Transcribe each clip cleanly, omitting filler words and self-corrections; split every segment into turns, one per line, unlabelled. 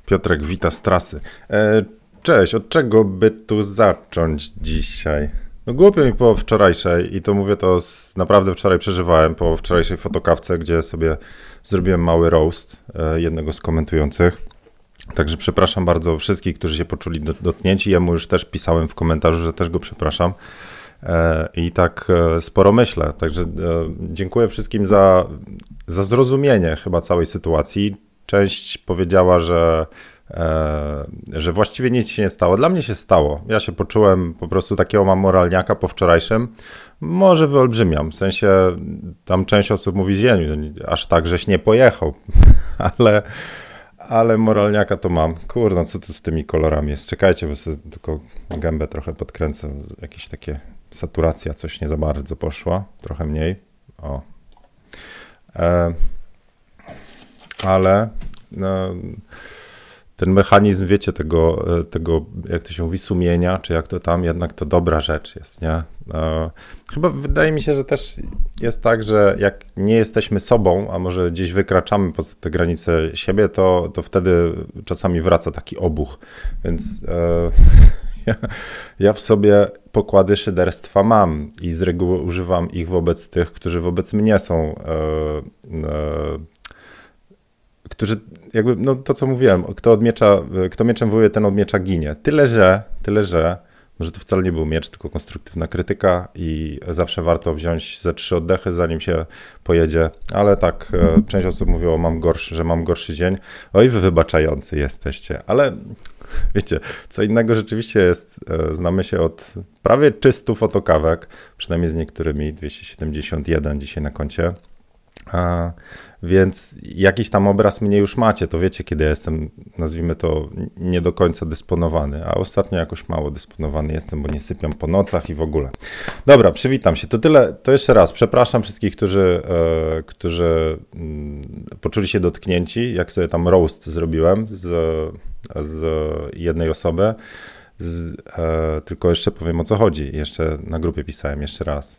Piotrek wita z trasy. Cześć, od czego by tu zacząć dzisiaj? No głupio mi po wczorajszej i to mówię to naprawdę wczoraj przeżywałem, po wczorajszej fotokawce, gdzie sobie zrobiłem mały roast jednego z komentujących. Także przepraszam bardzo wszystkich, którzy się poczuli dotknięci. Ja mu już też pisałem w komentarzu, że też go przepraszam. I tak sporo myślę. Także dziękuję wszystkim za zrozumienie chyba całej sytuacji. Część powiedziała, że właściwie nic się nie stało. Dla mnie się stało. Ja się poczułem po prostu takiego mam moralniaka po wczorajszym. Może wyolbrzymiam. W sensie tam część osób mówi, że aż tak, żeś nie pojechał. Ale moralniaka to mam. Kurno, co tu z tymi kolorami jest? Czekajcie, bo sobie tylko gębę trochę podkręcę. Jakieś takie saturacja, coś nie za bardzo poszła. Trochę mniej. O. Ale ten mechanizm, wiecie, tego, jak to się mówi, sumienia, czy jak to tam, jednak to dobra rzecz jest, nie? Chyba wydaje mi się, że też jest tak, że jak nie jesteśmy sobą, a może gdzieś wykraczamy poza te granice siebie, to wtedy czasami wraca taki obuch, więc ja w sobie pokłady szyderstwa mam i z reguły używam ich wobec tych, którzy wobec mnie są, którzy jakby, no to co mówiłem, kto mieczem wołuje, ten od miecza ginie. Tyle, że może to wcale nie był miecz, tylko konstruktywna krytyka i zawsze warto wziąć ze 3 oddechy, zanim się pojedzie, ale tak, część osób mówiło, że mam gorszy dzień. Oj, wy wybaczający jesteście, ale wiecie, co innego rzeczywiście jest, znamy się od prawie 300 fotokawek, przynajmniej z niektórymi, 271 dzisiaj na koncie. Więc jakiś tam obraz mnie już macie, to wiecie, kiedy ja jestem, nazwijmy to, nie do końca dysponowany, a ostatnio jakoś mało dysponowany jestem, bo nie sypiam po nocach i w ogóle. Dobra, przywitam się, to tyle, to jeszcze raz, przepraszam wszystkich, którzy poczuli się dotknięci, jak sobie tam roast zrobiłem z jednej osoby, tylko jeszcze powiem, o co chodzi, jeszcze na grupie pisałem, jeszcze raz.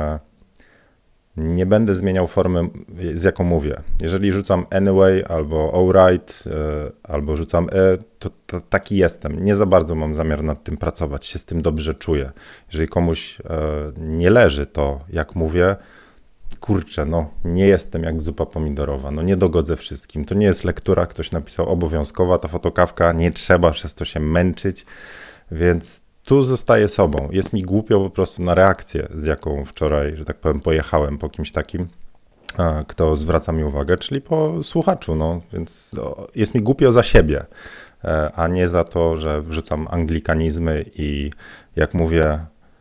Nie będę zmieniał formy, z jaką mówię. Jeżeli rzucam anyway, albo alright, albo rzucam to taki jestem. Nie za bardzo mam zamiar nad tym pracować, się z tym dobrze czuję. Jeżeli komuś nie leży to, jak mówię, kurczę, no nie jestem jak zupa pomidorowa, no nie dogodzę wszystkim. To nie jest lektura, ktoś napisał obowiązkowa, ta fotokawka, nie trzeba przez to się męczyć, więc tu zostaję sobą. Jest mi głupio po prostu na reakcję, z jaką wczoraj, że tak powiem, pojechałem po kimś takim, kto zwraca mi uwagę, czyli po słuchaczu, no, więc jest mi głupio za siebie, a nie za to, że wrzucam anglikanizmy i jak mówię,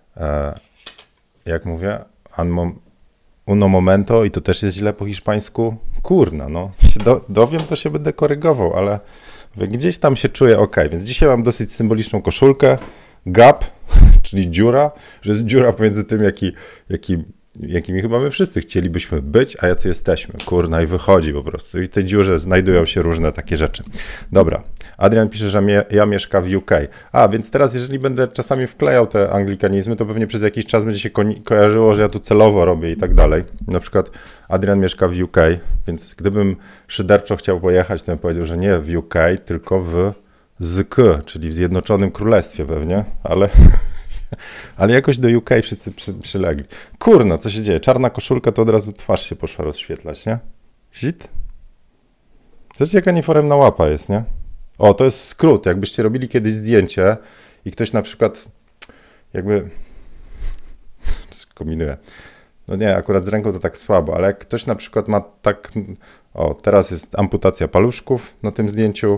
uno momento i to też jest źle po hiszpańsku, kurna, no, dowiem, to się będę korygował, ale gdzieś tam się czuję ok, więc dzisiaj mam dosyć symboliczną koszulkę, gap, czyli dziura, że jest dziura pomiędzy tym, jakimi chyba my wszyscy chcielibyśmy być, a jacy jesteśmy. Kurna, i wychodzi po prostu. I w tej dziurze znajdują się różne takie rzeczy. Dobra, Adrian pisze, że ja mieszka w UK. A, więc teraz jeżeli będę czasami wklejał te anglikanizmy, to pewnie przez jakiś czas będzie się kojarzyło, że ja tu celowo robię i tak dalej. Na przykład Adrian mieszka w UK, więc gdybym szyderczo chciał pojechać, to bym powiedział, że nie w UK, tylko w ZK, czyli w Zjednoczonym Królestwie pewnie, ale jakoś do UK wszyscy przylegli. Kurno, co się dzieje? Czarna koszulka, to od razu twarz się poszła rozświetlać, nie? Zit? Zobaczcie, jaka nieforemna łapa jest, nie? O, to jest skrót. Jakbyście robili kiedyś zdjęcie i ktoś na przykład jakby... Kombinuję. No nie, akurat z ręką to tak słabo, ale jak ktoś na przykład ma tak... O, teraz jest amputacja paluszków na tym zdjęciu,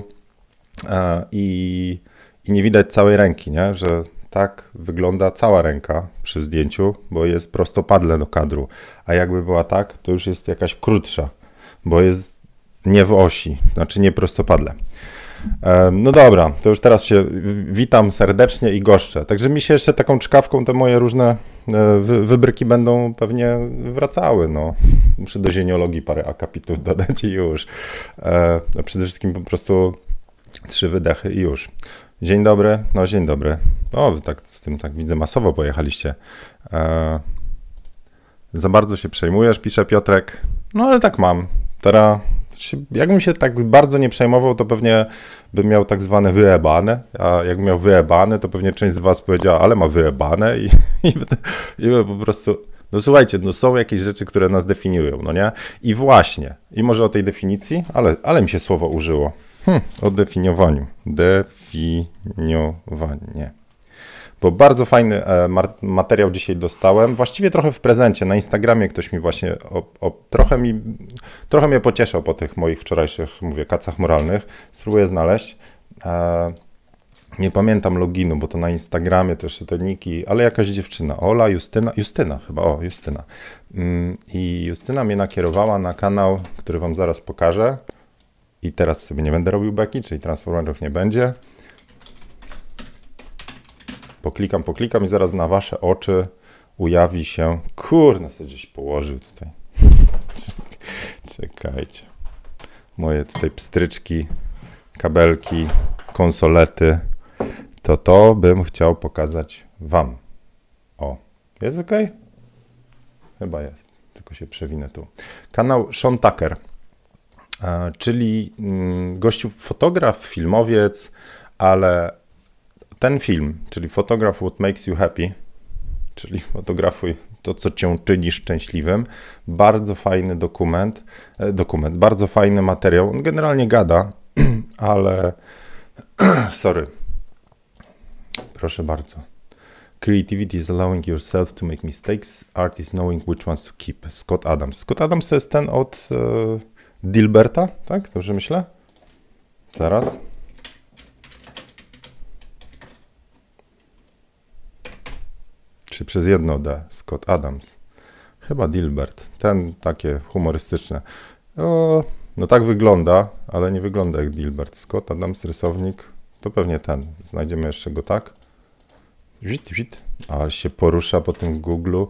i nie widać całej ręki, nie? Że tak wygląda cała ręka przy zdjęciu, bo jest prostopadle do kadru, a jakby była tak, to już jest jakaś krótsza, bo jest nie w osi, znaczy nie prostopadle. No dobra, to już teraz się witam serdecznie i goszczę. Także mi się jeszcze taką czkawką te moje różne wybryki będą pewnie wracały. No. Muszę do zieniologii parę akapitów dodać i już. No przede wszystkim po prostu 3 wydechy i już. Dzień dobry, no dzień dobry. O, tak z tym tak widzę masowo pojechaliście. Za bardzo się przejmujesz, pisze Piotrek. No ale tak mam. Jakbym się tak bardzo nie przejmował, to pewnie bym miał tak zwane wyebane, a jakbym miał wyebane, to pewnie część z was powiedziała, ale ma wyebane i po prostu, no słuchajcie, no są jakieś rzeczy, które nas definiują, no nie? I właśnie, i może o tej definicji, ale mi się słowo użyło. O definiowaniu. Definiowanie. Bo bardzo fajny materiał dzisiaj dostałem, właściwie trochę w prezencie, na Instagramie ktoś mi właśnie trochę mnie pocieszał po tych moich wczorajszych, mówię, kacach moralnych. Spróbuję znaleźć. Nie pamiętam loginu, bo to na Instagramie to jeszcze te niki, ale jakaś dziewczyna, Ola, Justyna chyba, Justyna. I Justyna mnie nakierowała na kanał, który wam zaraz pokażę. I teraz sobie nie będę robił beki, czyli transformerów nie będzie. Poklikam i zaraz na wasze oczy ujawi się... Kurna, sobie gdzieś położył tutaj. Czekajcie. Moje tutaj pstryczki, kabelki, konsolety. To bym chciał pokazać wam. O, jest ok? Chyba jest. Tylko się przewinę tu. Kanał Sean Tucker, czyli gościu fotograf, filmowiec, ale ten film, czyli Photograph What Makes You Happy, czyli fotografuj to, co cię czyni szczęśliwym, bardzo fajny dokument, bardzo fajny materiał. On generalnie gada, ale sorry. Proszę bardzo. Creativity is allowing yourself to make mistakes. Art is knowing which ones to keep. Scott Adams. Scott Adams to jest ten od Dilberta, tak? Dobrze myślę? Zaraz. Czy przez jedno D? Scott Adams. Chyba Dilbert. Ten takie humorystyczne. O, no tak wygląda, ale nie wygląda jak Dilbert. Scott Adams, rysownik. To pewnie ten. Znajdziemy jeszcze go tak. Wit. Ale się porusza po tym Google'u.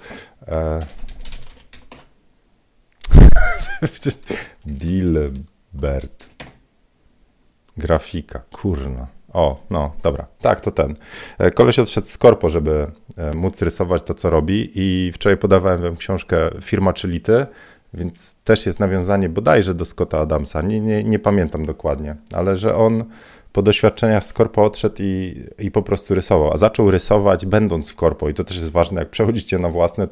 Dilbert. Grafika. Kurna. O, no, dobra. Tak, to ten. Koleś odszedł z korpo, żeby móc rysować to, co robi i wczoraj podawałem wam książkę Firma Czylity, więc też jest nawiązanie bodajże do Scotta Adamsa. Nie pamiętam dokładnie, ale że on po doświadczeniach z korpo odszedł i po prostu rysował, a zaczął rysować będąc w korpo i to też jest ważne, jak przechodzicie na własne,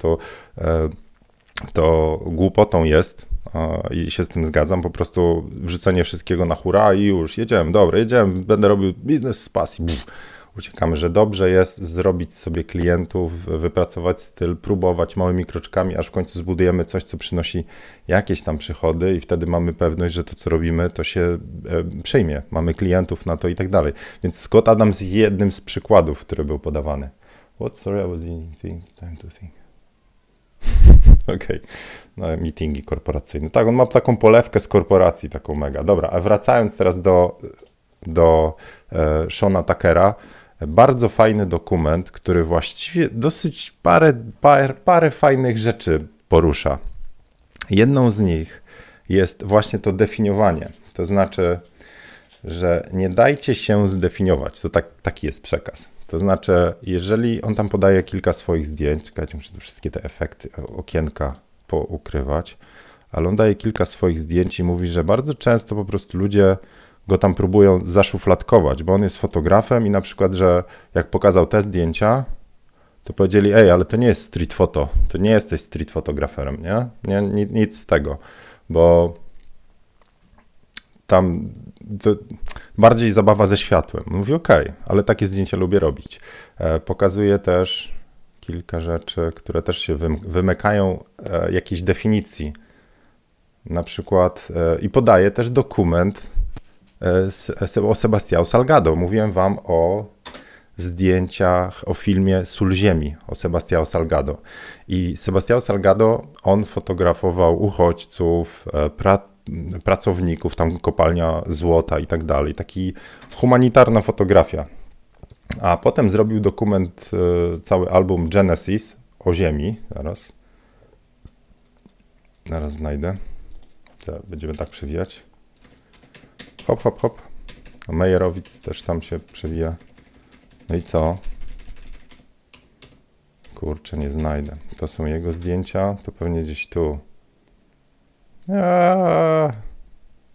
to głupotą jest i się z tym zgadzam, po prostu wrzucenie wszystkiego na hura i już jedziemy, będę robił biznes z pasji. Uciekamy, że dobrze jest zrobić sobie klientów, wypracować styl, próbować małymi kroczkami, aż w końcu zbudujemy coś, co przynosi jakieś tam przychody i wtedy mamy pewność, że to, co robimy, to się przyjmie. Mamy klientów na to i tak dalej. Więc Scott Adams jest jednym z przykładów, który był podawany. What story I was thinking, time to think. Okej, no, meetingi korporacyjne. Tak, on ma taką polewkę z korporacji, taką mega. Dobra, a wracając teraz do Seana Tuckera, bardzo fajny dokument, który właściwie dosyć parę fajnych rzeczy porusza. Jedną z nich jest właśnie to definiowanie. To znaczy, że nie dajcie się zdefiniować. To taki jest przekaz. To znaczy, jeżeli on tam podaje kilka swoich zdjęć, czekajcie, muszę tu wszystkie te efekty, okienka poukrywać, ale on daje kilka swoich zdjęć i mówi, że bardzo często po prostu ludzie go tam próbują zaszufladkować, bo on jest fotografem i na przykład, że jak pokazał te zdjęcia, to powiedzieli, ale to nie jest street photo, to nie jesteś street fotograferem, nie? Nic z tego, bo tam bardziej zabawa ze światłem. Mówi, ale takie zdjęcia lubię robić. Pokazuje też kilka rzeczy, które też się wymykają jakiejś definicji. Na przykład i podaje też dokument o Sebastião Salgado. Mówiłem wam o zdjęciach, o filmie Sól Ziemi, o Sebastião Salgado. I Sebastião Salgado, on fotografował uchodźców, pracowników, tam kopalnia złota i tak dalej. Taki humanitarna fotografia. A potem zrobił dokument, cały album Genesis o Ziemi. Zaraz znajdę. Będziemy tak przewijać. Hop. Meyerowicz też tam się przewija. No i co? Kurczę, nie znajdę. To są jego zdjęcia, to pewnie gdzieś tu.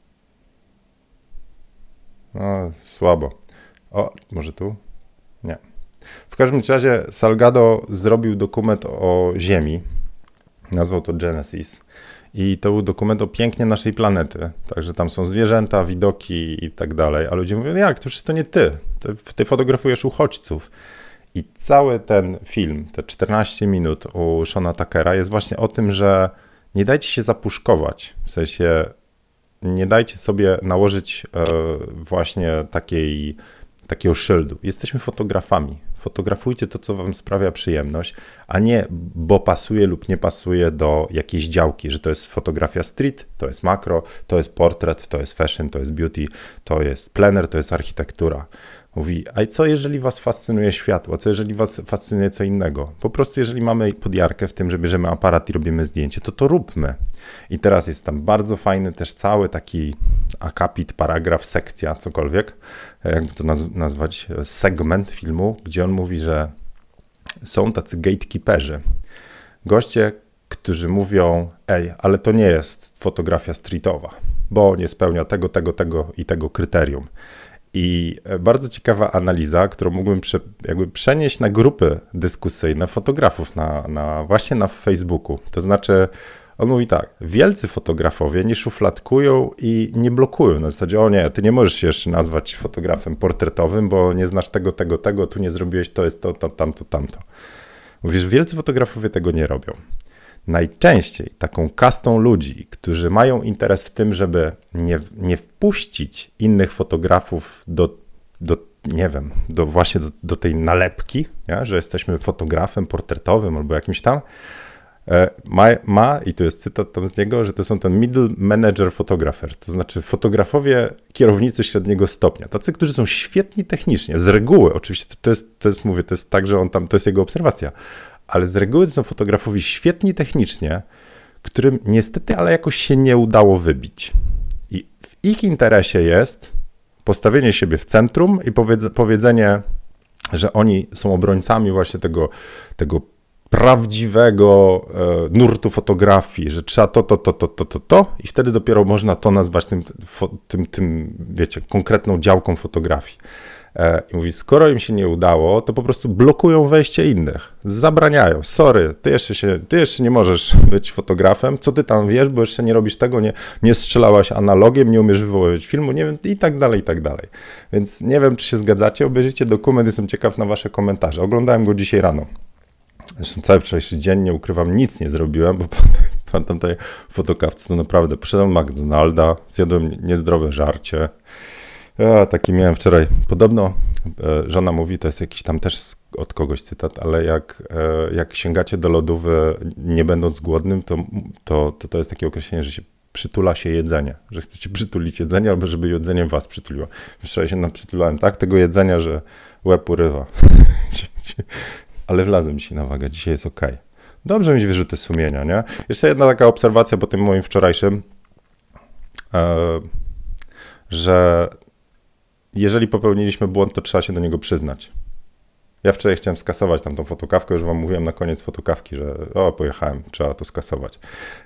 No, słabo. O, może tu? Nie. W każdym razie Salgado zrobił dokument o Ziemi. Nazwał to Genesis. I to był dokument o pięknie naszej planety. Także tam są zwierzęta, widoki i tak dalej. A ludzie mówią, jak, to przecież to nie ty. Ty fotografujesz uchodźców. I cały ten film, te 14 minut u Seana Tuckera jest właśnie o tym, że nie dajcie się zapuszkować. W sensie nie dajcie sobie nałożyć właśnie takiego szyldu. Jesteśmy fotografami. Fotografujcie to, co wam sprawia przyjemność, a nie bo pasuje lub nie pasuje do jakiejś działki, że to jest fotografia street, to jest makro, to jest portret, to jest fashion, to jest beauty, to jest plener, to jest architektura. Mówi, a co jeżeli was fascynuje światło, co jeżeli was fascynuje co innego? Po prostu jeżeli mamy podjarkę w tym, że bierzemy aparat i robimy zdjęcie, to róbmy. I teraz jest tam bardzo fajny też cały taki akapit, paragraf, sekcja, cokolwiek, jakby to nazwać, segment filmu, gdzie on mówi, że są tacy gatekeeperzy, goście, którzy mówią, ale to nie jest fotografia streetowa, bo nie spełnia tego i tego kryterium. I bardzo ciekawa analiza, którą mógłbym jakby przenieść na grupy dyskusyjne fotografów właśnie na Facebooku. To znaczy, on mówi tak, wielcy fotografowie nie szufladkują i nie blokują. Na zasadzie, o nie, ty nie możesz się jeszcze nazwać fotografem portretowym, bo nie znasz tego, tu nie zrobiłeś, to jest to, tamto. Mówisz, wielcy fotografowie tego nie robią. Najczęściej taką kastą ludzi, którzy mają interes w tym, żeby nie wpuścić innych fotografów do tej nalepki, nie? Że jesteśmy fotografem portretowym albo jakimś tam, i tu jest cytat tam z niego, że to są ten middle manager photographer, to znaczy fotografowie, kierownicy średniego stopnia, tacy, którzy są świetni technicznie, z reguły, oczywiście to jest tak, że on tam, to jest jego obserwacja, ale z reguły to są fotografowie świetni technicznie, którym niestety, ale jakoś się nie udało wybić. I w ich interesie jest postawienie siebie w centrum i powiedzenie, że oni są obrońcami właśnie tego prawdziwego nurtu fotografii, że trzeba to i wtedy dopiero można to nazwać tym wiecie, konkretną działką fotografii. I mówi, skoro im się nie udało, to po prostu blokują wejście innych, zabraniają. Sorry, ty jeszcze nie możesz być fotografem, co ty tam wiesz, bo jeszcze nie robisz tego, nie strzelałaś analogiem, nie umiesz wywoływać filmu, nie wiem, i tak dalej, i tak dalej. Więc nie wiem, czy się zgadzacie, obejrzyjcie dokument, jestem ciekaw na wasze komentarze. Oglądałem go dzisiaj rano. Zresztą cały wczorajszy dzień, nie ukrywam, nic nie zrobiłem, bo po tamtej fotokawce to naprawdę poszedłem do McDonalda, zjadłem niezdrowe żarcie. Ja taki miałem wczoraj. Podobno żona mówi, to jest jakiś tam też od kogoś cytat, ale jak sięgacie do lodówy nie będąc głodnym, to jest takie określenie, że się przytula się jedzenie, że chcecie przytulić jedzenie albo żeby jedzenie was przytuliło. Wczoraj się przytulałem tak tego jedzenia, że łeb urywa. Ale wlazłem dzisiaj na wagę, dzisiaj jest okej. Dobrze mieć wyrzuty sumienia, nie? Jeszcze jedna taka obserwacja po tym moim wczorajszym, że jeżeli popełniliśmy błąd, to trzeba się do niego przyznać. Ja wczoraj chciałem skasować tamtą fotokawkę, już wam mówiłem na koniec fotokawki, że pojechałem, trzeba to skasować.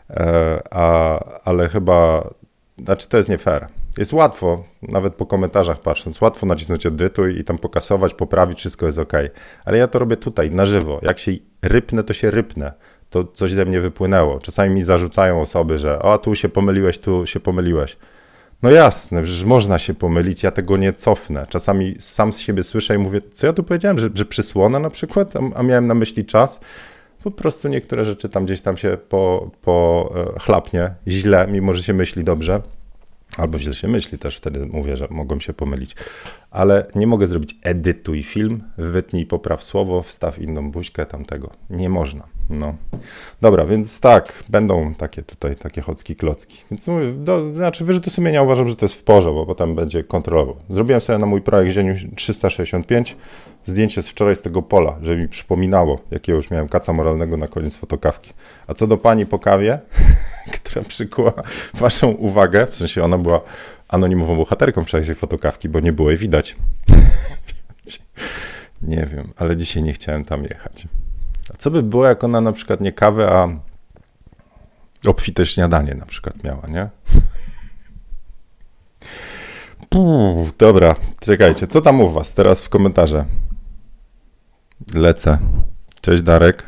Ale chyba, znaczy to jest nie fair. Jest łatwo, nawet po komentarzach patrząc, łatwo nacisnąć edytuj i tam pokasować, poprawić, wszystko jest ok. Ale ja to robię tutaj, na żywo. Jak się rypnę, to się rypnę. To coś ze mnie wypłynęło. Czasami mi zarzucają osoby, że tu się pomyliłeś. No jasne, przecież można się pomylić, ja tego nie cofnę. Czasami sam z siebie słyszę i mówię, co ja tu powiedziałem, że przysłona na przykład, a miałem na myśli czas. Po prostu niektóre rzeczy tam gdzieś tam się chlapnie źle, mimo że się myśli dobrze. Albo źle się myśli, też wtedy mówię, że mogą się pomylić. Ale nie mogę zrobić edytuj film, wytnij, popraw słowo, wstaw inną buźkę tamtego. Nie można. No. Dobra, więc tak, będą takie chocki klocki. Więc mówię, znaczy wyrzuty sumienia uważam, że to jest w porze, bo potem będzie kontrolował. Zrobiłem sobie na mój projekt Zieniu 365 zdjęcie z wczoraj z tego pola, żeby mi przypominało, jakiego już miałem kaca moralnego na koniec fotokawki. A co do pani po kawie, która przykuła waszą uwagę, w sensie ona była anonimową bohaterką wczorajszej fotokawki, bo nie było jej widać. Nie wiem, ale dzisiaj nie chciałem tam jechać. A co by było, jak ona na przykład nie kawę, a obfite śniadanie na przykład miała, nie? Dobra, czekajcie, co tam u was teraz w komentarze? Lecę. Cześć Darek.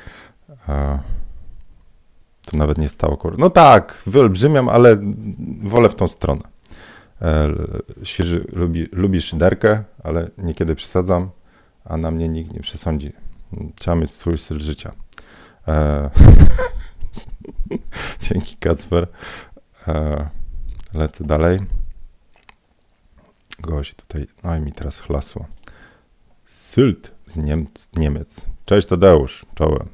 To nawet nie stało, no tak, wyolbrzymiam, ale wolę w tą stronę. Świeży lubi szyderkę, ale niekiedy przesadzam, a na mnie nikt nie przesądzi. Trzeba mieć swój styl życia. Dzięki Kacper. Lecę dalej. Gość tutaj, no i mi teraz chlasło. Sylt z Niemiec. Cześć Tadeusz, czołem.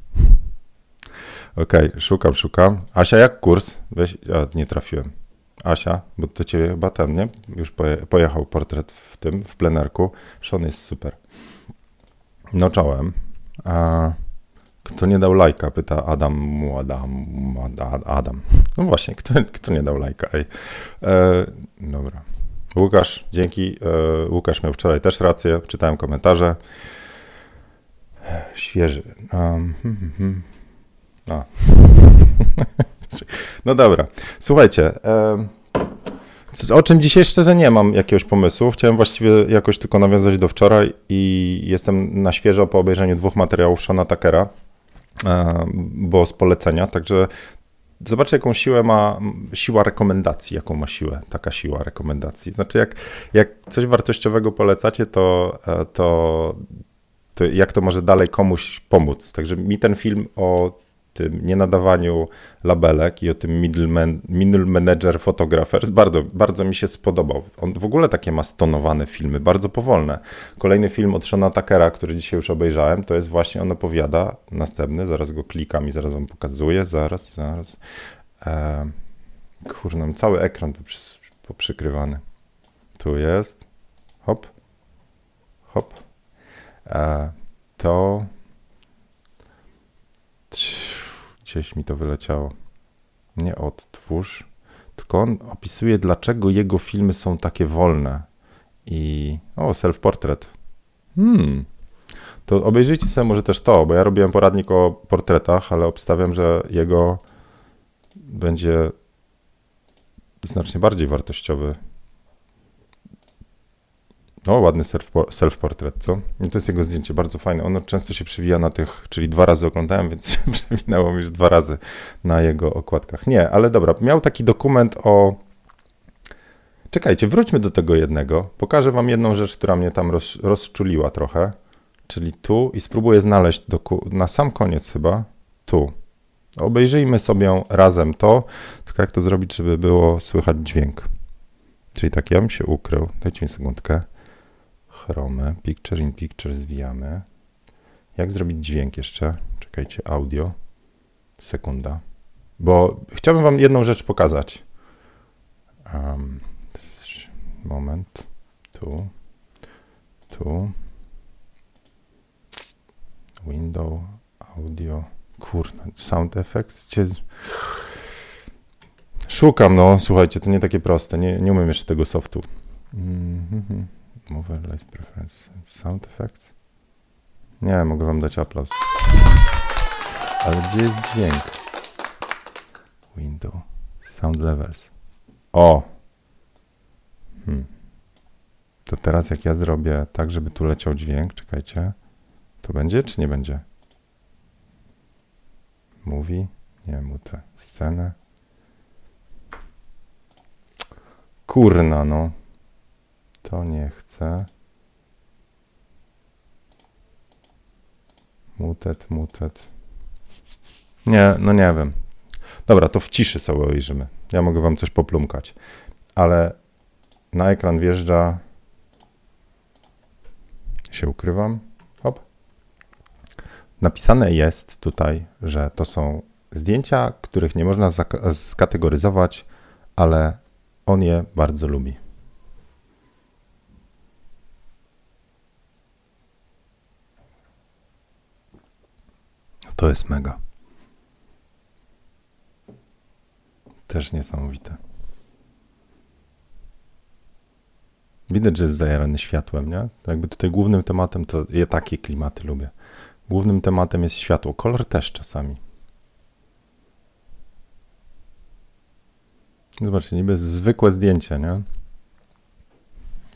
Okej, szukam. Asia, jak kurs? Weź, nie trafiłem. Asia, bo to ciebie chyba ten, nie? Już pojechał portret w plenerku. Sean jest super. No czołem. Kto nie dał lajka? Pyta Adam. No właśnie, kto nie dał lajka? Ej. Dobra. Łukasz, dzięki. Łukasz miał wczoraj też rację. Czytałem komentarze. Świeży. No dobra. Słuchajcie. O czym dzisiaj szczerze nie mam jakiegoś pomysłu. Chciałem właściwie jakoś tylko nawiązać do wczoraj i jestem na świeżo po obejrzeniu 2 materiałów Seana Tuckera, bo z polecenia, także zobaczcie, jaką siła rekomendacji, jaką ma siłę, taka siła rekomendacji. Znaczy, jak coś wartościowego polecacie, to jak to może dalej komuś pomóc. Także mi ten film o tym nienadawaniu labelek i o tym middle manager photographers bardzo mi się spodobał. On w ogóle takie ma stonowane filmy, bardzo powolne. Kolejny film od Seana Tuckera, który dzisiaj już obejrzałem, to jest właśnie, on opowiada, następny, zaraz go klikam i zaraz wam pokazuję, zaraz. Kurno, cały ekran poprzykrywany. Tu jest, hop. To gdzieś mi to wyleciało. Nie odtwórz, tylko on opisuje, dlaczego jego filmy są takie wolne. I self-portrait. To obejrzyjcie sobie może też to, bo ja robiłem poradnik o portretach, ale obstawiam, że jego będzie znacznie bardziej wartościowy. O, ładny self-portrait, co? I to jest jego zdjęcie, bardzo fajne. Ono często się przewija na tych, czyli 2 razy oglądałem, więc przewinęło mi już 2 razy na jego okładkach. Nie, ale dobra, miał taki dokument o... Czekajcie, wróćmy do tego jednego. Pokażę wam jedną rzecz, która mnie tam rozczuliła trochę, czyli tu i spróbuję znaleźć na sam koniec chyba, tu. Obejrzyjmy sobie razem to, tylko jak to zrobić, żeby było słychać dźwięk. Czyli tak, ja bym się ukrył, dajcie mi sekundkę. Chromę, Picture in Picture zwijamy. Jak zrobić dźwięk jeszcze? Czekajcie, audio. Sekunda. Bo chciałbym wam jedną rzecz pokazać. Moment. Tu. Window, audio. Kurna, sound effects. Szukam, no słuchajcie, to nie takie proste. Nie umiem jeszcze tego softu. Overlay preference. Sound effects? Nie, mogę wam dać aplauz. Ale gdzie jest dźwięk? Window. Sound levels. O! To teraz jak ja zrobię tak, żeby tu leciał dźwięk, czekajcie. To będzie czy nie będzie? Mówi? Nie, mute. Scenę. Kurna, no. To nie chcę. Mutet. Nie, no nie wiem. Dobra, to w ciszy sobie obejrzymy. Ja mogę wam coś poplumkać. Ale na ekran wjeżdża... Się ukrywam. Hop. Napisane jest tutaj, że to są zdjęcia, których nie można skategoryzować, ale on je bardzo lubi. To jest mega. Też niesamowite. Widać, że jest zajarany światłem, nie? To jakby tutaj głównym tematem, to ja takie klimaty lubię. Głównym tematem jest światło. Kolor też czasami. Zobaczcie, niby zwykłe zdjęcie, nie?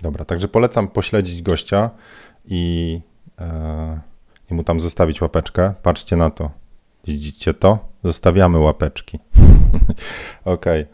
Dobra, także polecam pośledzić gościa i mu tam zostawić łapeczkę. Patrzcie na to. Widzicie to? Zostawiamy łapeczki. Okej.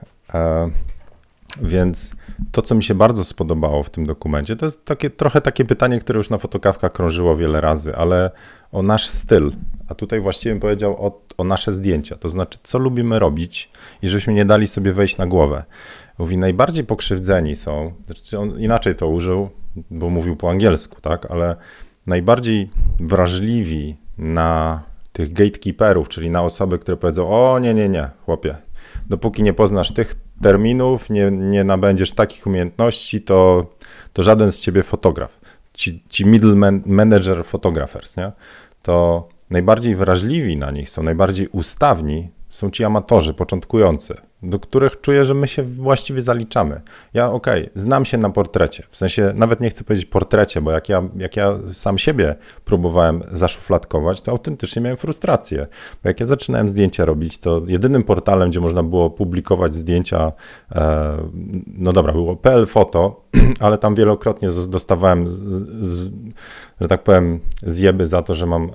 Więc to, co mi się bardzo spodobało w tym dokumencie, to jest trochę takie pytanie, które już na fotokawkach krążyło wiele razy, ale o nasz styl. A tutaj właściwie bym powiedział o nasze zdjęcia. To znaczy, co lubimy robić i żebyśmy nie dali sobie wejść na głowę. Mówi, najbardziej pokrzywdzeni są, znaczy on inaczej to użył, bo mówił po angielsku, tak, ale najbardziej wrażliwi na tych gatekeeperów, czyli na osoby, które powiedzą, o nie, chłopie, dopóki nie poznasz tych terminów, nie nabędziesz takich umiejętności, to żaden z ciebie fotograf. Ci middle manager photographers, nie? To najbardziej wrażliwi na nich są, najbardziej ustawni są ci amatorzy, początkujący, do których czuję, że my się właściwie zaliczamy. Ja znam się na portrecie, w sensie nawet nie chcę powiedzieć portrecie, bo jak ja sam siebie próbowałem zaszufladkować, to autentycznie miałem frustrację. Bo jak ja zaczynałem zdjęcia robić, to jedynym portalem, gdzie można było publikować zdjęcia, no dobra, było PL Foto, ale tam wielokrotnie dostawałem, że tak powiem, zjeby za to, że mam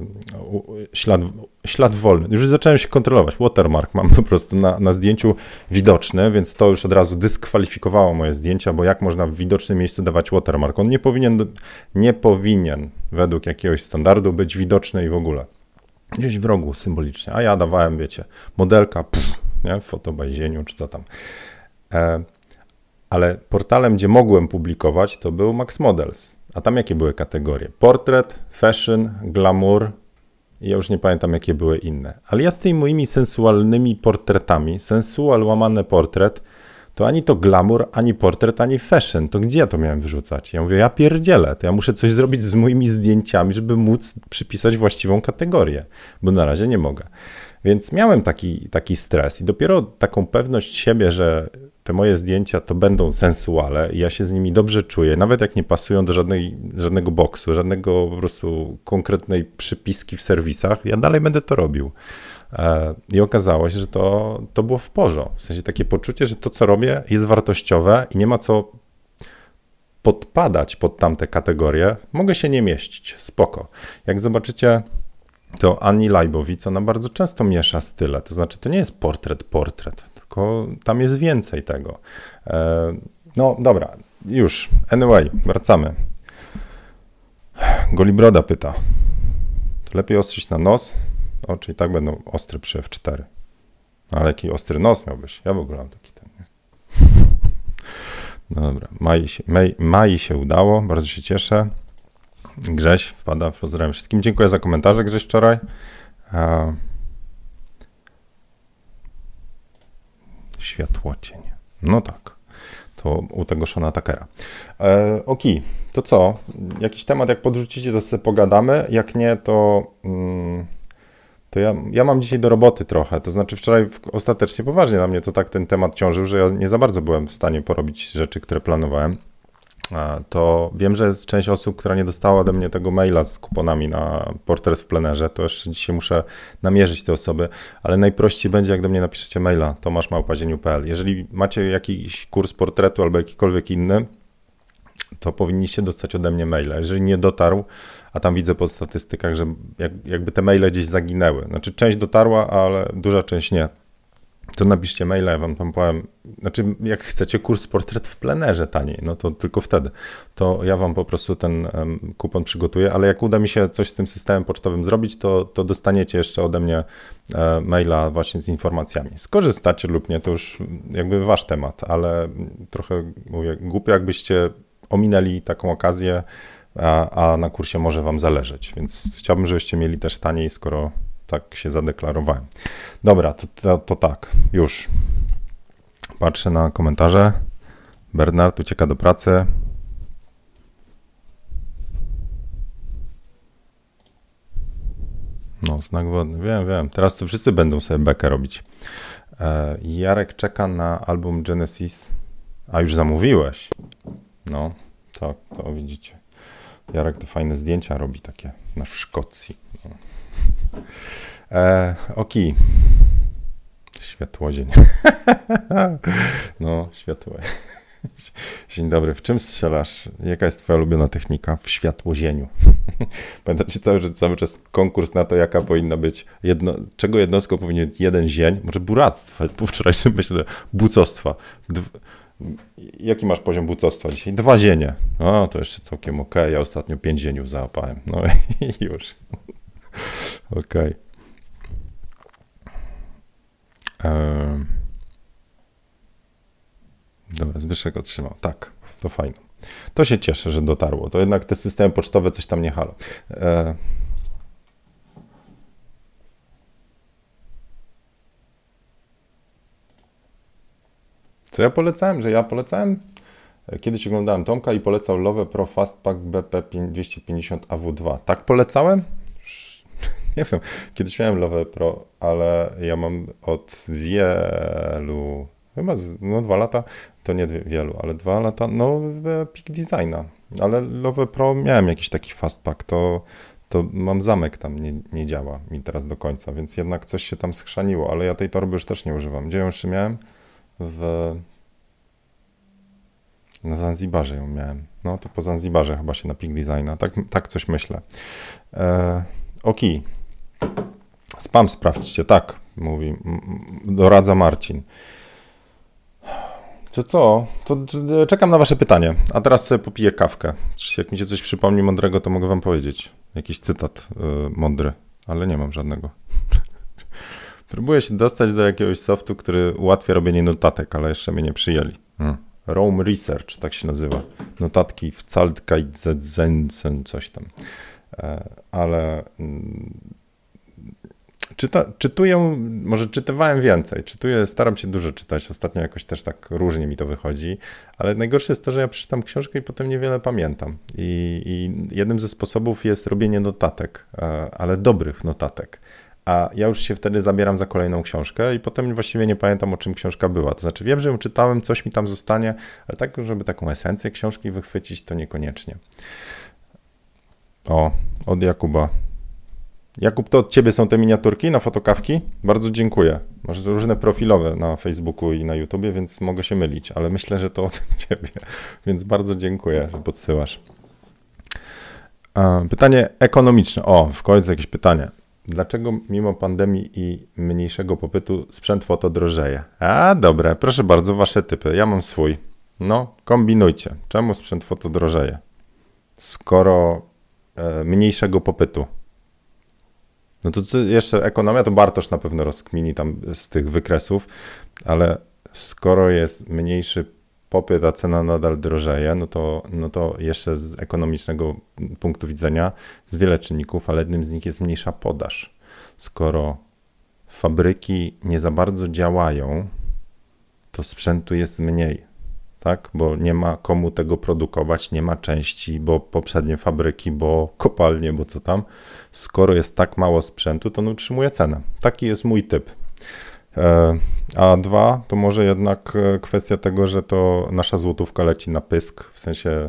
ślad wolny. Już zacząłem się kontrolować. Watermark mam po prostu na zdjęciu widoczny, więc to już od razu dyskwalifikowało moje zdjęcia, bo jak można w widocznym miejscu dawać watermark? On nie powinien według jakiegoś standardu być widoczny i w ogóle. Gdzieś w rogu symbolicznie. A ja dawałem, wiecie, modelka, nie? W fotobajzieniu czy co tam. Ale portalem, gdzie mogłem publikować, to był Max Models. A tam jakie były kategorie? Portret, fashion, glamour i ja już nie pamiętam, jakie były inne. Ale ja z tymi moimi sensualnymi portretami, sensual łamane portret, to ani to glamour, ani portret, ani fashion. To gdzie ja to miałem wyrzucać? Ja mówię, ja pierdzielę, to ja muszę coś zrobić z moimi zdjęciami, żeby móc przypisać właściwą kategorię, bo na razie nie mogę. Więc miałem taki stres i dopiero taką pewność siebie, że te moje zdjęcia to będą sensuale i ja się z nimi dobrze czuję, nawet jak nie pasują do żadnego boksu, żadnego po prostu konkretnej przypiski w serwisach, ja dalej będę to robił. I okazało się, że to było w porządku. W sensie takie poczucie, że to, co robię, jest wartościowe i nie ma co podpadać pod tamte kategorie. Mogę się nie mieścić, spoko. Jak zobaczycie, to Ani Leibowitz, ona bardzo często miesza style. To znaczy, to nie jest portret, tylko tam jest więcej tego. No dobra, już. Anyway, wracamy. Golibroda pyta. To lepiej ostrzyć na nos? O, czyli tak będą ostry przy F4. Ale jaki ostry nos miałbyś? Ja w ogóle mam taki ten. Nie? No dobra, Mai się udało, bardzo się cieszę. Grześ wpada, pozdrawiam wszystkim. Dziękuję za komentarze, Grześ, wczoraj. Światłocień. No tak, to u tego Shona Tuckera. Okej, to co? Jakiś temat, jak podrzucicie, to sobie pogadamy. Jak nie, to ja mam dzisiaj do roboty trochę. To znaczy wczoraj ostatecznie poważnie na mnie to tak ten temat ciążył, że ja nie za bardzo byłem w stanie porobić rzeczy, które planowałem. To wiem, że jest część osób, która nie dostała ode mnie tego maila z kuponami na portret w plenerze, to jeszcze dzisiaj muszę namierzyć te osoby, ale najprościej będzie, jak do mnie napiszecie maila tomasz@zieniu.pl. Jeżeli macie jakiś kurs portretu albo jakikolwiek inny, to powinniście dostać ode mnie maila. Jeżeli nie dotarł, a tam widzę po statystykach, że jakby te maile gdzieś zaginęły. Znaczy część dotarła, ale duża część nie. To napiszcie maila, ja wam tam powiem, znaczy jak chcecie kurs portret w plenerze taniej, no to tylko wtedy, to ja wam po prostu ten kupon przygotuję, ale jak uda mi się coś z tym systemem pocztowym zrobić, to dostaniecie jeszcze ode mnie maila właśnie z informacjami. Skorzystacie lub nie, to już jakby wasz temat, ale trochę mówię, głupio jakbyście ominęli taką okazję, a na kursie może wam zależeć, więc chciałbym, żebyście mieli też taniej, skoro tak się zadeklarowałem. Dobra, to tak, już. Patrzę na komentarze. Bernard ucieka do pracy. No, znak wodny, wiem. Teraz to wszyscy będą sobie bekę robić. Jarek czeka na album Genesis. A już zamówiłeś? No, to widzicie. Jarek to fajne zdjęcia robi takie w Szkocji. No. Okej. Światłodzień. No, światło. Dzień dobry, w czym strzelasz? Jaka jest twoja ulubiona technika? W światłozieniu. Pamiętacie cały czas konkurs na to, jaka powinna być, czego jednostką powinien być jeden zień? Może buractwa, po wczorajszym myślę, bucostwa. Jaki masz poziom bucostwa dzisiaj? 2 zienie. No, to jeszcze całkiem okej. Ja ostatnio 5 zieniów załapałem. No i już. Okej. Dobra, Zbyszek otrzymał. Tak, to fajne. To się cieszę, że dotarło. To jednak te systemy pocztowe coś tam nie halo. Co ja polecałem? Że ja polecałem? Kiedyś oglądałem Tomka i polecał Love Pro Fastpack BP 250 AW2. Tak polecałem? Nie wiem. Kiedyś miałem Love Pro, ale ja mam od wielu, chyba 2 lata, to nie wielu, ale 2 lata, Peak Designa. Ale Love Pro miałem jakiś taki Fastpack, to mam zamek tam, nie działa mi teraz do końca, więc jednak coś się tam schrzaniło, ale ja tej torby już też nie używam. Gdzie ją jeszcze miałem? Na Zanzibarze ją miałem. No to po Zanzibarze chyba się na Peak Designa. Tak coś myślę. Okej. Spam sprawdźcie. Tak, mówi. Doradza Marcin. To czekam na wasze pytanie. A teraz sobie popiję kawkę. Jak mi się coś przypomni mądrego, to mogę wam powiedzieć. Jakiś cytat mądry, ale nie mam żadnego. Próbuję się dostać do jakiegoś softu, który ułatwia robienie notatek, ale jeszcze mnie nie przyjęli. Rome Research, tak się nazywa. Notatki w Zaltkajtzensen, coś tam. Ale czytuję, może czytywałem więcej. Staram się dużo czytać. Ostatnio jakoś też tak różnie mi to wychodzi. Ale najgorsze jest to, że ja przeczytam książkę i potem niewiele pamiętam. I jednym ze sposobów jest robienie notatek, ale dobrych notatek. A ja już się wtedy zabieram za kolejną książkę i potem właściwie nie pamiętam, o czym książka była. To znaczy wiem, że ją czytałem, coś mi tam zostanie, ale tak, żeby taką esencję książki wychwycić, to niekoniecznie. O, od Jakuba. Jakub, to od ciebie są te miniaturki na fotokawki? Bardzo dziękuję. Masz różne profilowe na Facebooku i na YouTubie, więc mogę się mylić, ale myślę, że to od ciebie, więc bardzo dziękuję, że podsyłasz. Pytanie ekonomiczne. O, w końcu jakieś pytanie. Dlaczego mimo pandemii i mniejszego popytu sprzęt foto drożeje? Dobre, proszę bardzo, wasze typy. Ja mam swój. No, kombinujcie. Czemu sprzęt foto drożeje? Skoro mniejszego popytu. No to jeszcze ekonomia, to Bartosz na pewno rozkmini tam z tych wykresów, ale skoro jest mniejszy popyt, a cena nadal drożeje, no to jeszcze z ekonomicznego punktu widzenia jest wiele czynników, ale jednym z nich jest mniejsza podaż. Skoro fabryki nie za bardzo działają, to sprzętu jest mniej, tak? Bo nie ma komu tego produkować, nie ma części, bo poprzednie fabryki, bo kopalnie, bo co tam. Skoro jest tak mało sprzętu, to on utrzymuje cenę. Taki jest mój typ. A 2, to może jednak kwestia tego, że to nasza złotówka leci na pysk, w sensie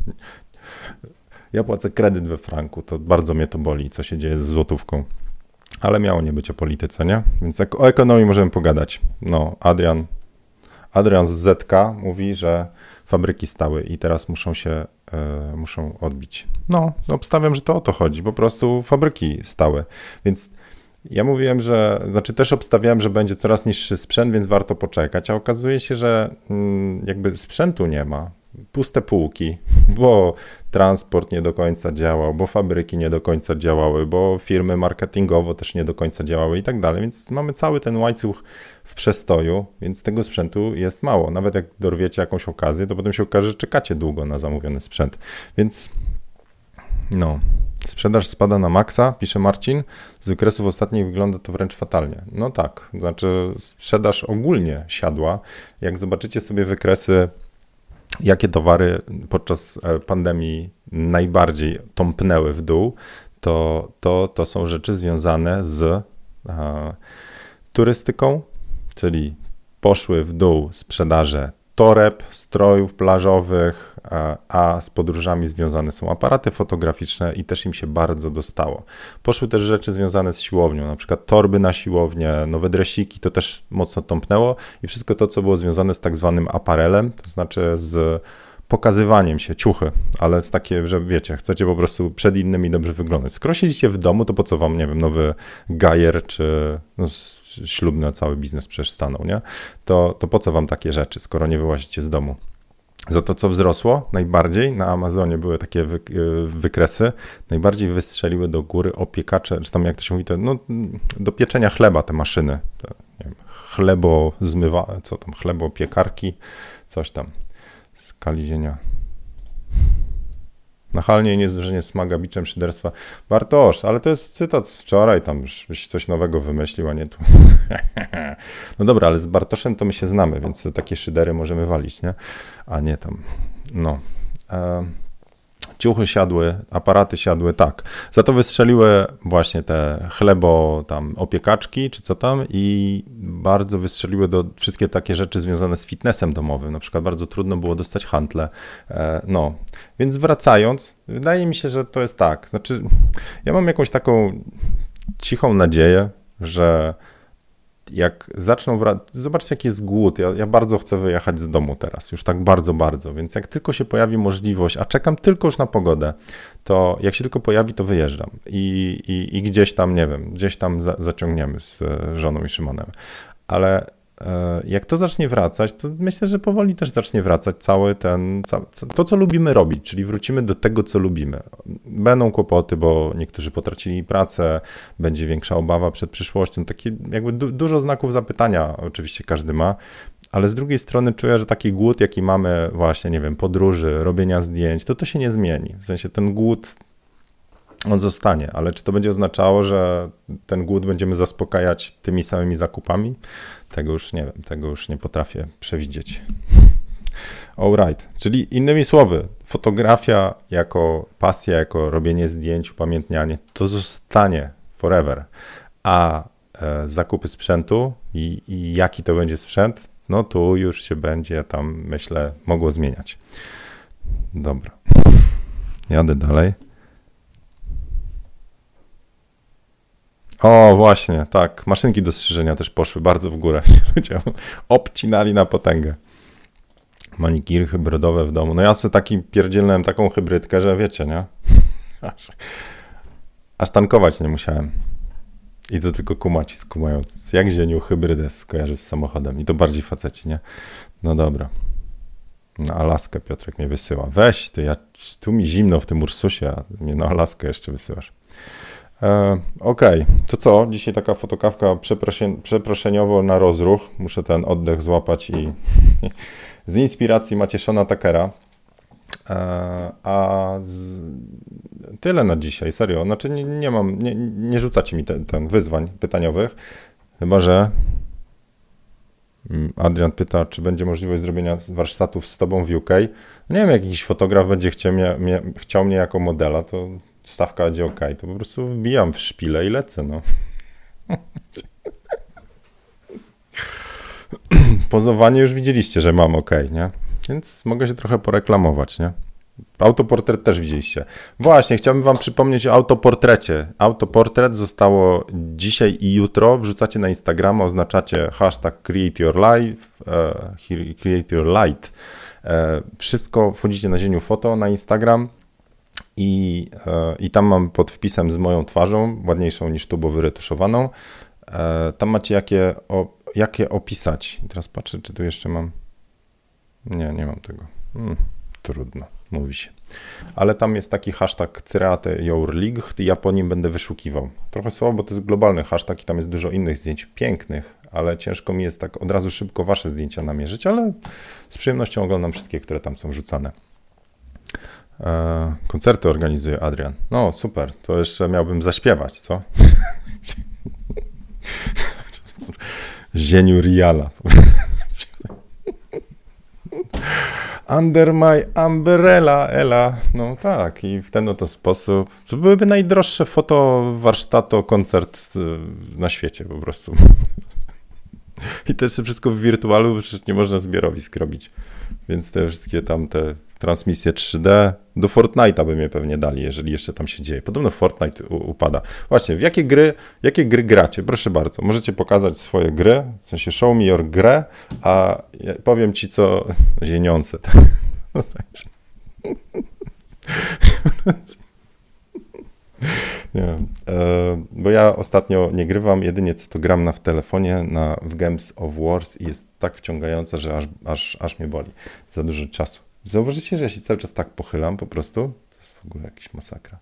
ja płacę kredyt we franku, to bardzo mnie to boli, co się dzieje z złotówką, ale miało nie być o polityce, nie? Więc o ekonomii możemy pogadać. No, Adrian z ZK mówi, że fabryki stały i teraz muszą odbić. No, obstawiam, że to o to chodzi, po prostu fabryki stały, więc ja mówiłem, też obstawiałem, że będzie coraz niższy sprzęt, więc warto poczekać, a okazuje się, że jakby sprzętu nie ma, puste półki, bo transport nie do końca działał, bo fabryki nie do końca działały, bo firmy marketingowo też nie do końca działały i tak dalej, więc mamy cały ten łańcuch w przestoju, więc tego sprzętu jest mało. Nawet jak dorwiecie jakąś okazję, to potem się okaże, że czekacie długo na zamówiony sprzęt, więc no... Sprzedaż spada na maksa, pisze Marcin. Z wykresów ostatnich wygląda to wręcz fatalnie. No tak, znaczy sprzedaż ogólnie siadła. Jak zobaczycie sobie wykresy, jakie towary podczas pandemii najbardziej tąpnęły w dół, to są rzeczy związane z turystyką, czyli poszły w dół sprzedaże toreb, strojów plażowych, a z podróżami związane są aparaty fotograficzne i też im się bardzo dostało. Poszły też rzeczy związane z siłownią, na przykład torby na siłownię, nowe dresiki, to też mocno tąpnęło i wszystko to, co było związane z tak zwanym aparelem, to znaczy z pokazywaniem się, ciuchy, ale takie, że wiecie, chcecie po prostu przed innymi dobrze wyglądać. Skoro siedzicie w domu, to po co wam, nie wiem, nowy gajer czy ślubny cały biznes przecież stanął, nie? To po co wam takie rzeczy, skoro nie wyłazicie z domu? Za to, co wzrosło najbardziej, na Amazonie były takie wykresy, najbardziej wystrzeliły do góry opiekacze, czy tam jak to się mówi, do pieczenia chleba te maszyny, nie wiem, chlebopiekarki, coś tam. Skali zienia. Nachalnie niezdużenie smaga biczem szyderstwa. Bartosz, ale to jest cytat z wczoraj, tam już byś coś nowego wymyślił, a nie tu. No dobra, ale z Bartoszem to my się znamy, więc takie szydery możemy walić, nie? A nie tam, no. Ciuchy siadły, aparaty siadły, tak. Za to wystrzeliły właśnie te tam opiekaczki, czy co tam i bardzo wystrzeliły do wszystkie takie rzeczy związane z fitnessem domowym. Na przykład bardzo trudno było dostać hantle. No, więc wracając, wydaje mi się, że to jest tak. Znaczy, ja mam jakąś taką cichą nadzieję, że jak zaczną zobaczcie jaki jest głód, ja bardzo chcę wyjechać z domu teraz, już tak bardzo, więc jak tylko się pojawi możliwość, a czekam tylko już na pogodę, to jak się tylko pojawi, to wyjeżdżam i gdzieś tam, nie wiem, gdzieś tam zaciągniemy z żoną i Szymonem, ale jak to zacznie wracać, to myślę, że powoli też zacznie wracać to, co lubimy robić, czyli wrócimy do tego, co lubimy. Będą kłopoty, bo niektórzy potracili pracę, będzie większa obawa przed przyszłością, takie jakby dużo znaków zapytania oczywiście każdy ma, ale z drugiej strony czuję, że taki głód, jaki mamy właśnie, nie wiem, podróży, robienia zdjęć, to się nie zmieni. W sensie ten głód on zostanie, ale czy to będzie oznaczało, że ten głód będziemy zaspokajać tymi samymi zakupami? Tego już nie wiem, tego już nie potrafię przewidzieć. Alright, czyli innymi słowy, fotografia jako pasja, jako robienie zdjęć, upamiętnianie, to zostanie forever, a zakupy sprzętu i jaki to będzie sprzęt, no tu już się będzie tam, myślę, mogło zmieniać. Dobra, jadę dalej. O, właśnie, tak. Maszynki do strzyżenia też poszły bardzo w górę. Ludzie obcinali na potęgę. Manikiry hybrydowe w domu. No ja sobie pierdzielnąłem taką hybrydkę, że wiecie, nie? Aż tankować nie musiałem. I to tylko kumaci skumają. Jak zieniu hybrydę skojarzy z samochodem. I to bardziej faceci, nie? No dobra. Na Alaskę Piotrek mnie wysyła. Weź ty, tu mi zimno w tym Ursusie, a mnie na Alaskę jeszcze wysyłasz. Okej, to co? Dzisiaj taka fotokawka przeproszeniowo na rozruch. Muszę ten oddech złapać i z inspiracji macie Shona Tuckera. Tyle na dzisiaj, serio. Znaczy nie rzucacie mi ten wyzwań pytaniowych, chyba że Adrian pyta, czy będzie możliwość zrobienia warsztatów z tobą w UK. Nie wiem, jakiś fotograf będzie chciał mnie jako modela, to stawka będzie ok, to po prostu wbijam w szpilę i lecę, no. Pozowanie już widzieliście, że mam ok, nie? Więc mogę się trochę poreklamować, nie? Autoportret też widzieliście. Właśnie, chciałbym wam przypomnieć o autoportrecie. Autoportret zostało dzisiaj i jutro. Wrzucacie na Instagrama, oznaczacie hashtag Create Your Light. Wszystko wchodzicie na Zieniu Foto na Instagram i tam mam pod wpisem z moją twarzą, ładniejszą niż tu, bo wyretuszowaną. Tam macie jakie opisać. I teraz patrzę, czy tu jeszcze mam. Nie mam tego. Trudno, mówi się. Ale tam jest taki hashtag Create Your Licht i ja po nim będę wyszukiwał. Trochę słabo, bo to jest globalny hashtag i tam jest dużo innych zdjęć pięknych, ale ciężko mi jest tak od razu szybko wasze zdjęcia namierzyć, ale z przyjemnością oglądam wszystkie, które tam są wrzucane. Koncerty organizuje Adrian. No super, to jeszcze miałbym zaśpiewać, co? Zieniu Riala. Under my umbrella, Ela. No tak, i w ten oto sposób. To byłyby najdroższe warsztato, koncert na świecie po prostu. I też wszystko w wirtualu, bo przecież nie można zbiorowisk robić. Więc te wszystkie tam te transmisje 3D, do Fortnite'a by mnie pewnie dali, jeżeli jeszcze tam się dzieje. Podobno Fortnite upada. Właśnie, w jakie gry gracie? Proszę bardzo, możecie pokazać swoje gry, w sensie show me your grę, a ja powiem ci co zieniące. Nie, bo ja ostatnio nie grywam, jedynie co to gram w telefonie, w Games of Wars i jest tak wciągające, że aż mnie boli. Za dużo czasu. Zauważycie, że ja się cały czas tak pochylam po prostu? To jest w ogóle jakaś masakra.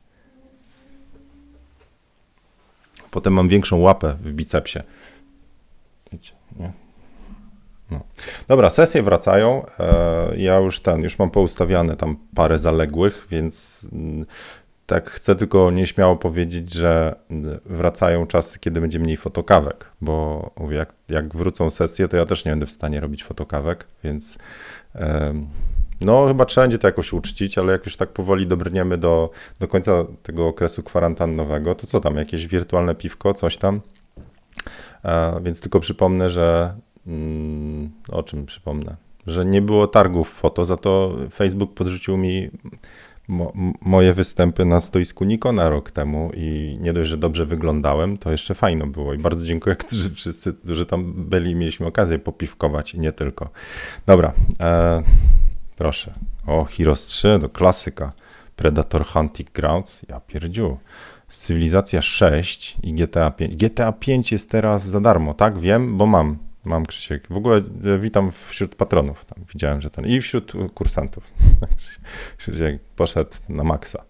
Potem mam większą łapę w bicepsie. Wiecie, nie? No. Dobra, sesje wracają. Ja już mam poustawiane tam parę zaległych, więc tak chcę tylko nieśmiało powiedzieć, że wracają czasy, kiedy będzie mniej fotokawek, bo mówię, jak wrócą sesje, to ja też nie będę w stanie robić fotokawek, więc no chyba trzeba będzie to jakoś uczcić, ale jak już tak powoli dobrniemy do końca tego okresu kwarantannowego, to co tam, jakieś wirtualne piwko, coś tam. Więc tylko przypomnę, że o czym przypomnę? Że nie było targów foto, za to Facebook podrzucił mi moje występy na stoisku Nikona rok temu i nie dość, że dobrze wyglądałem, to jeszcze fajno było i bardzo dziękuję wszyscy, którzy tam byli, mieliśmy okazję popiwkować i nie tylko. Dobra, proszę. O, Heroes 3, to klasyka. Predator Hunting Grounds, ja pierdziu. Cywilizacja 6 i GTA 5. GTA 5 jest teraz za darmo, tak? Wiem, bo mam Krzysiek. W ogóle witam wśród patronów. Tam widziałem, że i wśród kursantów. Krzysiek poszedł na maksa.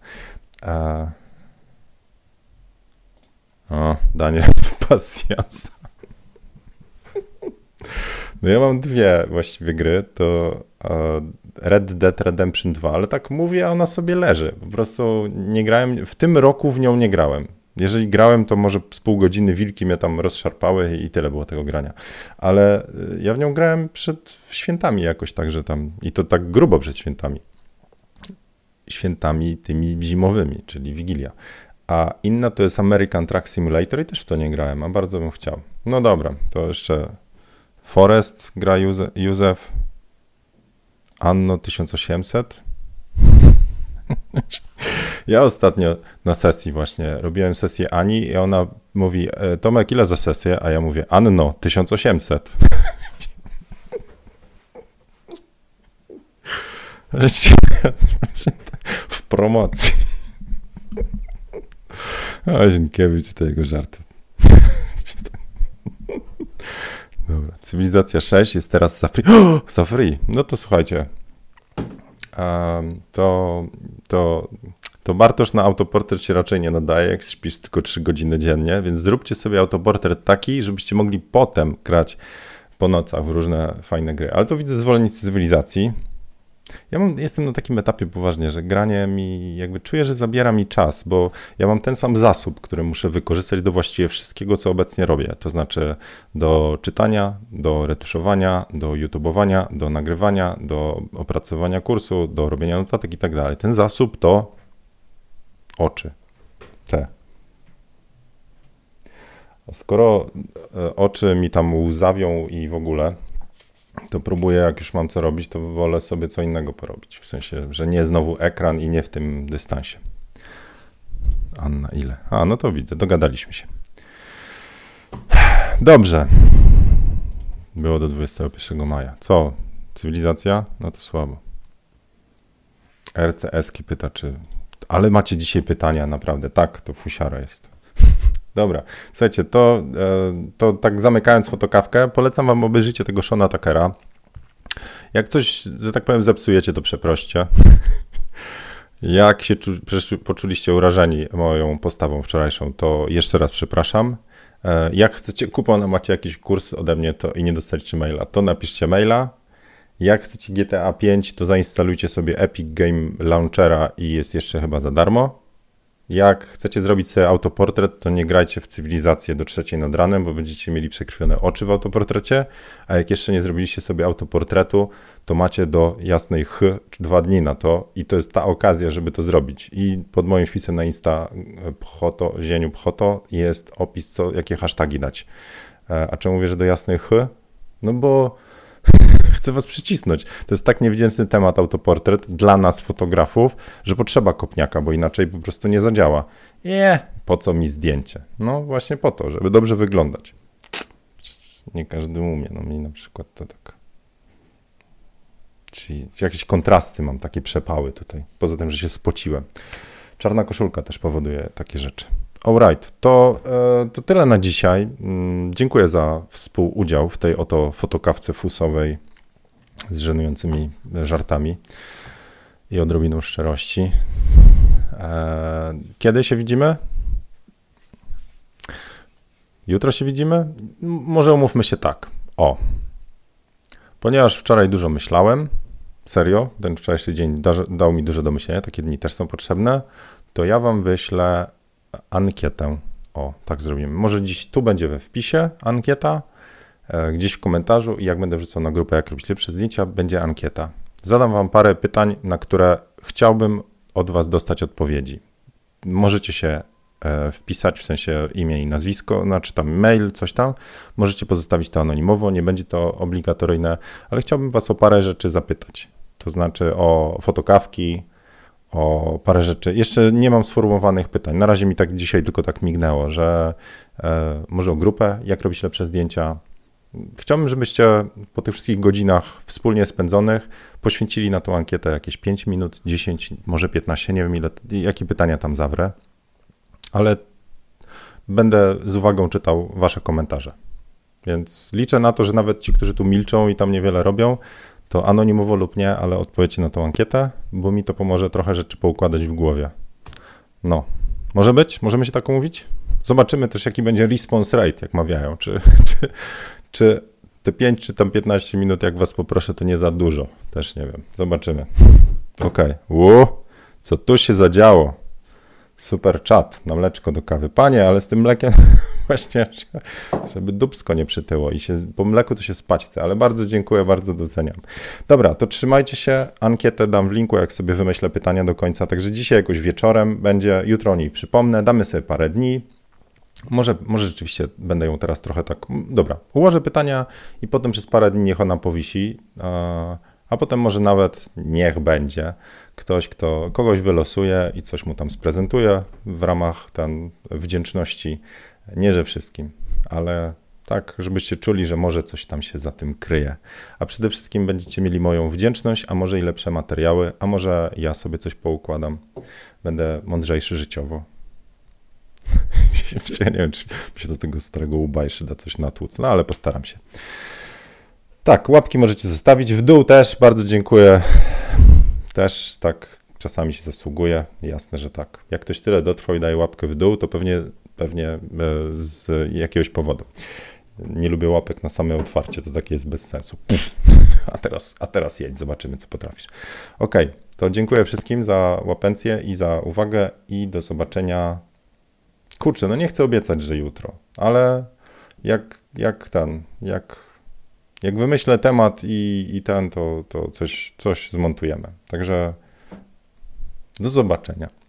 O, Daniel Pasjasa. No ja mam dwie właściwie gry, to Red Dead Redemption 2, ale tak mówię, ona sobie leży. Po prostu nie grałem, w tym roku w nią nie grałem. Jeżeli grałem, to może z pół godziny wilki mnie tam rozszarpały i tyle było tego grania. Ale ja w nią grałem przed świętami jakoś tak, że tam, i to tak grubo przed świętami. Świętami tymi zimowymi, czyli Wigilia. A inna to jest American Truck Simulator i też w to nie grałem, a bardzo bym chciał. No dobra, to jeszcze Forest gra Józef, Anno 1800. Ja ostatnio na sesji właśnie robiłem sesję Ani i ona mówi, Tomek, ile za sesję? A ja mówię, Anno 1800. W promocji. O, Zienkiewicz to jego żarty. Dobra, Cywilizacja 6 jest teraz za free. Za free. No to słuchajcie. To Bartosz na autoportret się raczej nie nadaje, jak śpisz tylko 3 godziny dziennie, więc zróbcie sobie autoportret taki, żebyście mogli potem grać po nocach w różne fajne gry. Ale to widzę zwolennicy cywilizacji. Jestem na takim etapie poważnie, że granie mi, jakby czuję, że zabiera mi czas, bo ja mam ten sam zasób, który muszę wykorzystać do właściwie wszystkiego, co obecnie robię. To znaczy do czytania, do retuszowania, do youtubowania, do nagrywania, do opracowania kursu, do robienia notatek i tak dalej. Ten zasób to oczy. Te. Skoro oczy mi tam łzawią i w ogóle, to próbuję, jak już mam co robić, to wolę sobie co innego porobić. W sensie, że nie znowu ekran i nie w tym dystansie. Anna, ile? A, no to widzę, dogadaliśmy się. Dobrze. Było do 21 maja. Co? Cywilizacja? No to słabo. RCS-ki pyta, czy... Ale macie dzisiaj pytania, naprawdę. Tak, to fusiara jest. Dobra, słuchajcie, to tak zamykając fotokawkę, polecam wam obejrzyjcie tego Shona Tuckera. Jak coś, że tak powiem, zepsujecie, to przeproście. Jak się poczuliście urażeni moją postawą wczorajszą, to jeszcze raz przepraszam. Jak chcecie kupon, macie jakiś kurs ode mnie to i nie dostaliście maila, to napiszcie maila. Jak chcecie GTA 5, to zainstalujcie sobie Epic Game Launchera i jest jeszcze chyba za darmo. Jak chcecie zrobić sobie autoportret, to nie grajcie w Cywilizację do 3 nad ranem, bo będziecie mieli przekrwione oczy w autoportrecie, a jak jeszcze nie zrobiliście sobie autoportretu, to macie do jasnej 2 dni na to i to jest ta okazja, żeby to zrobić. I pod moim wpisem na Insta Zieniu Pchoto jest opis, jakie hasztagi dać. A czemu mówię, że do jasnej No bo chcę was przycisnąć. To jest tak niewdzięczny temat autoportret dla nas fotografów, że potrzeba kopniaka, bo inaczej po prostu nie zadziała. Po co mi zdjęcie? No właśnie po to, żeby dobrze wyglądać. Nie każdy umie, no mi na przykład to tak. Czyli jakieś kontrasty mam, takie przepały tutaj, poza tym, że się spociłem. Czarna koszulka też powoduje takie rzeczy. Alright, to tyle na dzisiaj. Dziękuję za współudział w tej oto fotokawce fusowej z żenującymi żartami i odrobiną szczerości. Kiedy się widzimy? Jutro się widzimy? Może umówmy się tak. Ponieważ wczoraj dużo myślałem, serio, ten wczorajszy dzień dał mi dużo do myślenia, takie dni też są potrzebne, to ja wam wyślę ankietę. Tak zrobimy. Może dziś tu będzie we wpisie ankieta, gdzieś w komentarzu i jak będę wrzucał na grupę, jak robić lepsze zdjęcia, będzie ankieta. Zadam wam parę pytań, na które chciałbym od was dostać odpowiedzi. Możecie się wpisać, w sensie imię i nazwisko, znaczy tam mail, coś tam. Możecie pozostawić to anonimowo, nie będzie to obligatoryjne, ale chciałbym was o parę rzeczy zapytać. To znaczy o fotokawki, o parę rzeczy. Jeszcze nie mam sformułowanych pytań. Na razie mi tak dzisiaj tylko tak mignęło, że może o grupę, jak robić lepsze zdjęcia. Chciałbym, żebyście po tych wszystkich godzinach wspólnie spędzonych poświęcili na tą ankietę jakieś 5 minut, 10, może 15, nie wiem jakie pytania tam zawrę, ale będę z uwagą czytał wasze komentarze. Więc liczę na to, że nawet ci, którzy tu milczą i tam niewiele robią, to anonimowo lub nie, ale odpowiedzcie na tą ankietę, bo mi to pomoże trochę rzeczy poukładać w głowie. No, może być? Możemy się tak umówić? Zobaczymy też, jaki będzie response rate, jak mawiają. Czy te 5 czy tam 15 minut, jak was poproszę, to nie za dużo. Też nie wiem. Zobaczymy. Okej. Co tu się zadziało? Super czat na mleczko do kawy. Panie, ale z tym mlekiem właśnie, żeby dupsko nie przytyło i po mleku to się spać chce, ale bardzo dziękuję, bardzo doceniam. Dobra, to trzymajcie się, ankietę dam w linku, jak sobie wymyślę pytania do końca, także dzisiaj jakoś wieczorem będzie, jutro o niej przypomnę, damy sobie parę dni, może rzeczywiście będę ją teraz trochę tak, dobra, ułożę pytania i potem przez parę dni niech ona powisi, a potem może nawet niech będzie ktoś, kto kogoś wylosuje i coś mu tam sprezentuje w ramach wdzięczności, nie że wszystkim, ale tak, żebyście czuli, że może coś tam się za tym kryje. A przede wszystkim będziecie mieli moją wdzięczność, a może i lepsze materiały, a może ja sobie coś poukładam, będę mądrzejszy życiowo. Ja nie wiem, czy się do tego starego łba jeszcze da coś natłuc, no ale postaram się. Tak, łapki możecie zostawić, w dół też, bardzo dziękuję. Też tak czasami się zasługuje, jasne, że tak. Jak ktoś tyle dotrwał i daje łapkę w dół, to pewnie z jakiegoś powodu. Nie lubię łapek na same otwarcie, to takie jest bez sensu. A teraz jedź, zobaczymy, co potrafisz. Okej, to dziękuję wszystkim za łapencję i za uwagę i do zobaczenia. Kurczę, no nie chcę obiecać, że jutro, ale jak wymyślę temat to coś zmontujemy. Także do zobaczenia.